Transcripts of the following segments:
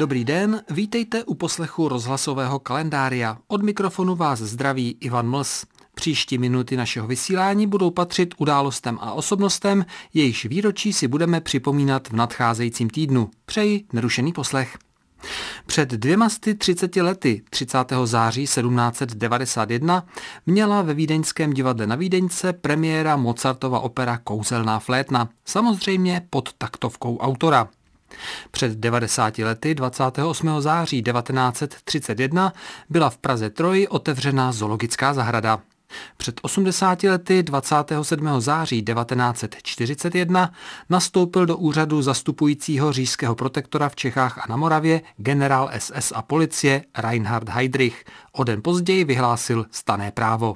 Dobrý den, vítejte u poslechu rozhlasového kalendária. Od mikrofonu vás zdraví Ivan Mls. Příští minuty našeho vysílání budou patřit událostem a osobnostem, jejichž výročí si budeme připomínat v nadcházejícím týdnu. Přeji nerušený poslech. Před 230 lety, 30. září 1791, měla ve vídeňském divadle na Vídeňce premiéra Mozartova opera Kouzelná flétna, samozřejmě pod taktovkou autora. Před 90 lety, 28. září 1931, byla v Praze Troji otevřena zoologická zahrada. Před 80 lety, 27. září 1941, nastoupil do úřadu zastupujícího říšského protektora v Čechách a na Moravě generál SS a policie Reinhard Heydrich. O den později vyhlásil stanné právo.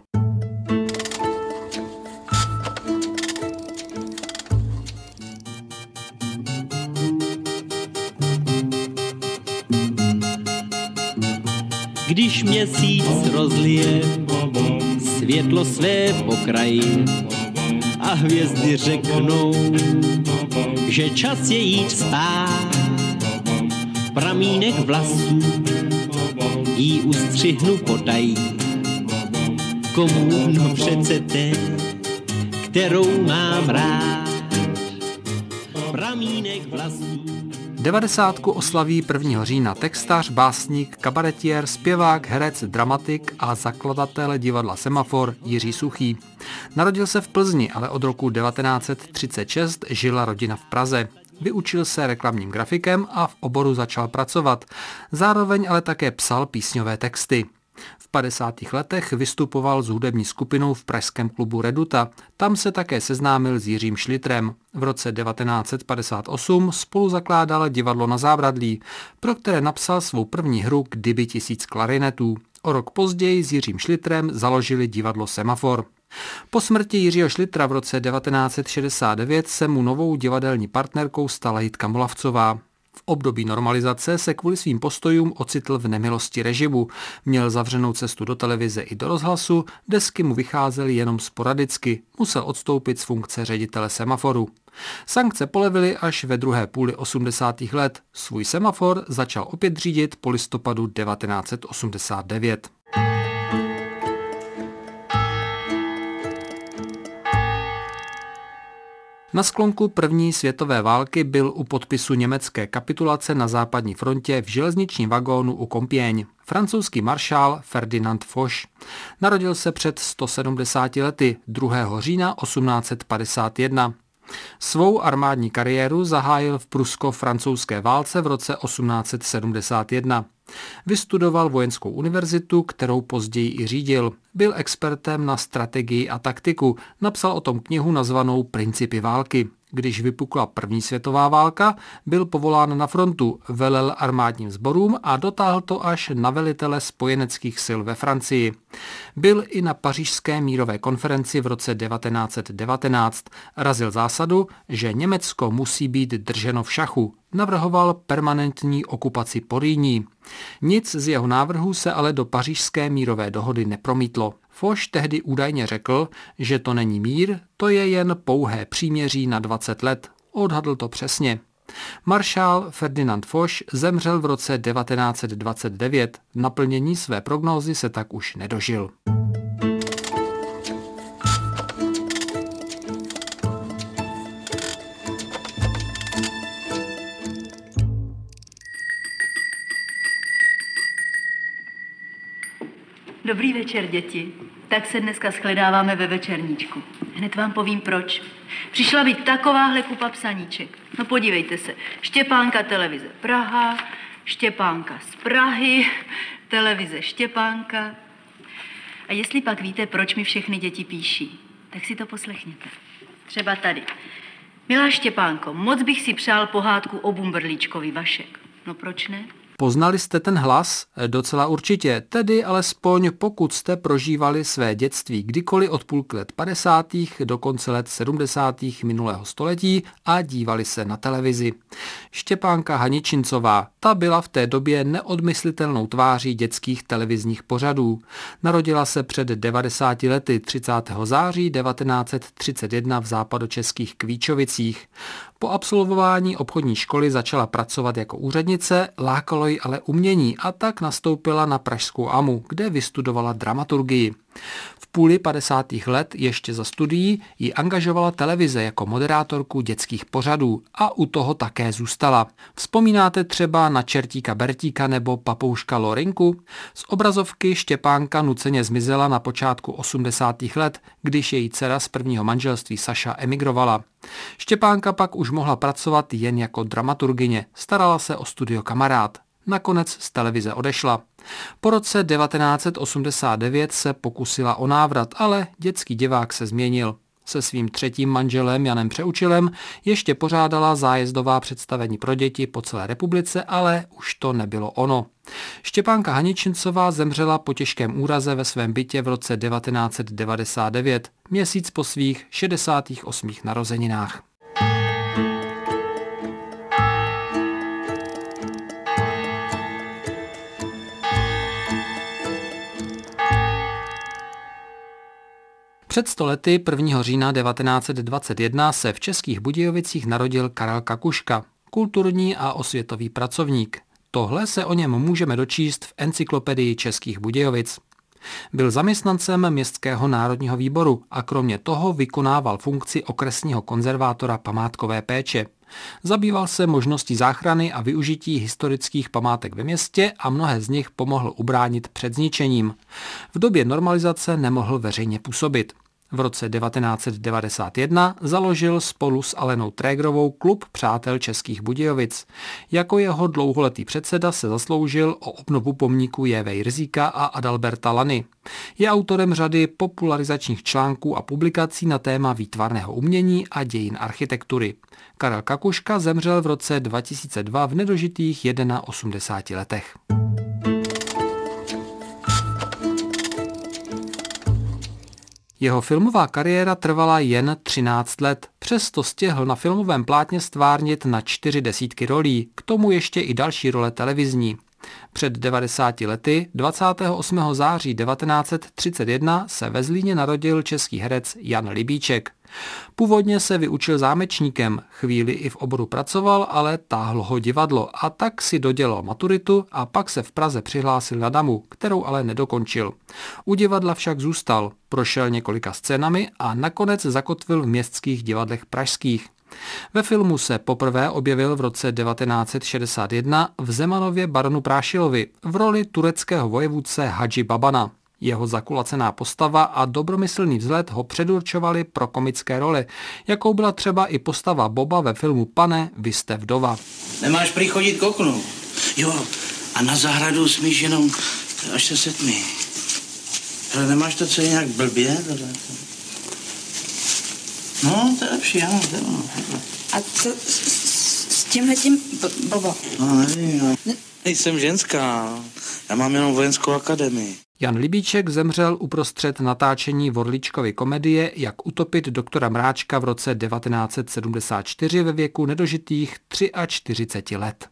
Když měsíc rozlije světlo své pokraji a hvězdy řeknou, že čas je jít spát, pramínek vlasů jí ustřihnu potají. Komu? No přece té, kterou mám rád, pramínek vlasů. 90 oslaví 1. října textař, básník, kabaretiér, zpěvák, herec, dramatik a zakladatel divadla Semafor Jiří Suchý. Narodil se v Plzni, ale od roku 1936 žila rodina v Praze. Vyučil se reklamním grafikem a v oboru začal pracovat. Zároveň ale také psal písňové texty. V 50. letech vystupoval s hudební skupinou v pražském klubu Reduta. Tam se také seznámil s Jiřím Šlitrem. V roce 1958 spolu zakládal divadlo Na Zábradlí, pro které napsal svou první hru Kdyby 1000 klarinetů. O rok později s Jiřím Šlitrem založili divadlo Semafor. Po smrti Jiřího Šlitra v roce 1969 se mu novou divadelní partnerkou stala Jitka Molavcová. V období normalizace se kvůli svým postojům ocitl v nemilosti režimu. Měl zavřenou cestu do televize i do rozhlasu, desky mu vycházely jenom sporadicky. Musel odstoupit z funkce ředitele Semaforu. Sankce polevily až ve druhé půli 80. let. Svůj Semafor začal opět řídit po listopadu 1989. Na sklonku první světové války byl u podpisu německé kapitulace na západní frontě v železničním vagónu u Compiègne francouzský maršál Ferdinand Foch. Narodil se před 170 lety 2. října 1851. Svou armádní kariéru zahájil v prusko-francouzské válce v roce 1871. Vystudoval vojenskou univerzitu, kterou později i řídil. Byl expertem na strategii a taktiku. Napsal o tom knihu nazvanou Principy války. Když vypukla první světová válka, byl povolán na frontu, velel armádním sborům a dotáhl to až na velitele spojeneckých sil ve Francii. Byl i na pařížské mírové konferenci v roce 1919. Razil zásadu, že Německo musí být drženo v šachu. Navrhoval permanentní okupaci Porýní. Nic z jeho návrhů se ale do pařížské mírové dohody nepromítlo. Foch tehdy údajně řekl, že to není mír, to je jen pouhé příměří na 20 let. Odhadl to přesně. Maršál Ferdinand Foch zemřel v roce 1929. Naplnění své prognózy se tak už nedožil. Dobrý večer, děti. Tak se dneska shledáváme ve večerníčku. Hned vám povím proč. Přišla být takováhle kupa psaníček. No podívejte se. Štěpánka televize Praha, Štěpánka z Prahy, televize Štěpánka. A jestli pak víte, proč mi všechny děti píší, tak si to poslechněte. Třeba tady. Milá Štěpánko, moc bych si přál pohádku o Bumberlíčkovi Vašek. No proč ne? Poznali jste ten hlas? Docela určitě, tedy alespoň pokud jste prožívali své dětství kdykoliv od půlky let 50. do konce let 70. minulého století a dívali se na televizi. Štěpánka Haničincová, ta byla v té době neodmyslitelnou tváří dětských televizních pořadů. Narodila se před 90 lety 30. září 1931 v západočeských Kvíčovicích. Po absolvování obchodní školy začala pracovat jako úřednice, lákalo ji ale umění a tak nastoupila na pražskou AMU, kde vystudovala dramaturgii. V půli 50. let ještě za studií ji angažovala televize jako moderátorku dětských pořadů a u toho také zůstala. Vzpomínáte třeba na Čertíka Bertíka nebo Papouška Lorinku? Z obrazovky Štěpánka nuceně zmizela na počátku 80. let, když její dcera z prvního manželství Saša emigrovala. Štěpánka pak už mohla pracovat jen jako dramaturgyně, starala se o studio Kamarád. Nakonec z televize odešla. Po roce 1989 se pokusila o návrat, ale dětský divák se změnil. Se svým třetím manželem Janem Přeučilem ještě pořádala zájezdová představení pro děti po celé republice, ale už to nebylo ono. Štěpánka Haničincová zemřela po těžkém úraze ve svém bytě v roce 1999, měsíc po svých 68. narozeninách. Před 100 lety 1. října 1921 se v Českých Budějovicích narodil Karel Kakuška, kulturní a osvětový pracovník. Tohle se o něm můžeme dočíst v encyklopedii Českých Budějovic. Byl zaměstnancem Městského národního výboru a kromě toho vykonával funkci okresního konzervátora památkové péče. Zabýval se možností záchrany a využití historických památek ve městě a mnohé z nich pomohl ubránit před zničením. V době normalizace nemohl veřejně působit. V roce 1991 založil spolu s Alenou Trégrovou klub Přátel Českých Budějovic. Jako jeho dlouholetý předseda se zasloužil o obnovu pomníků J.V. Jirzíka a Adalberta Lany. Je autorem řady popularizačních článků a publikací na téma výtvarného umění a dějin architektury. Karel Kakuška zemřel v roce 2002 v nedožitých 81 letech. Jeho filmová kariéra trvala jen 13 let, přesto stihl na filmovém plátně stvárnit na 40 rolí, k tomu ještě i další role televizní. Před 90 lety, 28. září 1931, se ve Zlíně narodil český herec Jan Libíček. Původně se vyučil zámečníkem, chvíli i v oboru pracoval, ale táhlo ho divadlo a tak si dodělal maturitu a pak se v Praze přihlásil na damu, kterou ale nedokončil. U divadla však zůstal, prošel několika scénami a nakonec zakotvil v městských divadlech pražských. Ve filmu se poprvé objevil v roce 1961 v Zemanově baronu Prášilovi v roli tureckého vojevůdce Hadži Babana. Jeho zakulacená postava a dobromyslný vzhled ho předurčovali pro komické role, jakou byla třeba i postava Boba ve filmu Pane, vy jste vdova. Nemáš prý chodit k oknu. Jo, a na zahradu smíš jenom až se setmí. Ale nemáš to co nějak blbě? No, to je lepší, ano. A co s tímhletím, Bobo? No, nevím, nejsem ženská, já mám jenom vojenskou akademii. Jan Libíček zemřel uprostřed natáčení Vorlíčkovy komedie Jak utopit doktora Mráčka v roce 1974 ve věku nedožitých 43 let.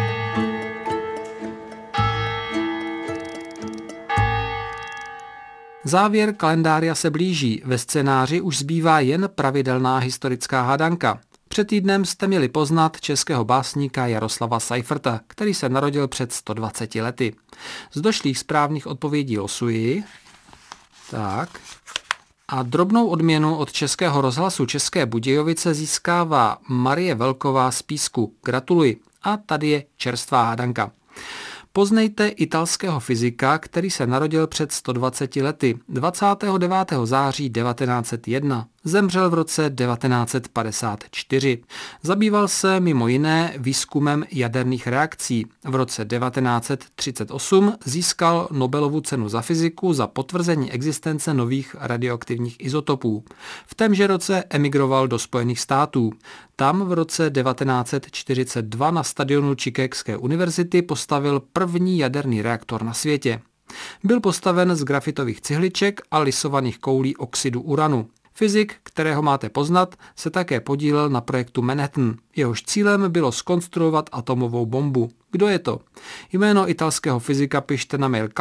Závěr kalendária se blíží, ve scénáři už zbývá jen pravidelná historická hádanka. Před týdnem jste měli poznat českého básníka Jaroslava Seiferta, který se narodil před 120 lety. Z došlých správných odpovědí losuji. Tak. A drobnou odměnu od Českého rozhlasu České Budějovice získává Marie Velková z Písku. Gratuluji. A tady je čerstvá hádanka. Poznejte italského fyzika, který se narodil před 120 lety, 29. září 1901. Zemřel v roce 1954. Zabýval se mimo jiné výzkumem jaderných reakcí. V roce 1938 získal Nobelovu cenu za fyziku za potvrzení existence nových radioaktivních izotopů. V témže roce emigroval do Spojených států. Tam v roce 1942 na stadionu Chicagské univerzity postavil první jaderný reaktor na světě. Byl postaven z grafitových cihliček a lisovaných koulí oxidu uranu. Fyzik, kterého máte poznat, se také podílel na projektu Manhattan. Jehož cílem bylo zkonstruovat atomovou bombu. Kdo je to? Jméno italského fyzika pište na mail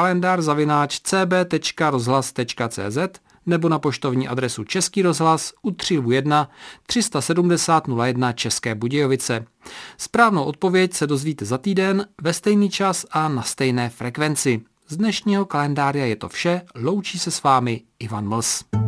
kalendar@cb.rozhlas.cz nebo na poštovní adresu Český rozhlas u 301 370 01 České Budějovice. Správnou odpověď se dozvíte za týden ve stejný čas a na stejné frekvenci. Z dnešního kalendáře je to vše, loučí se s vámi Ivan Mls.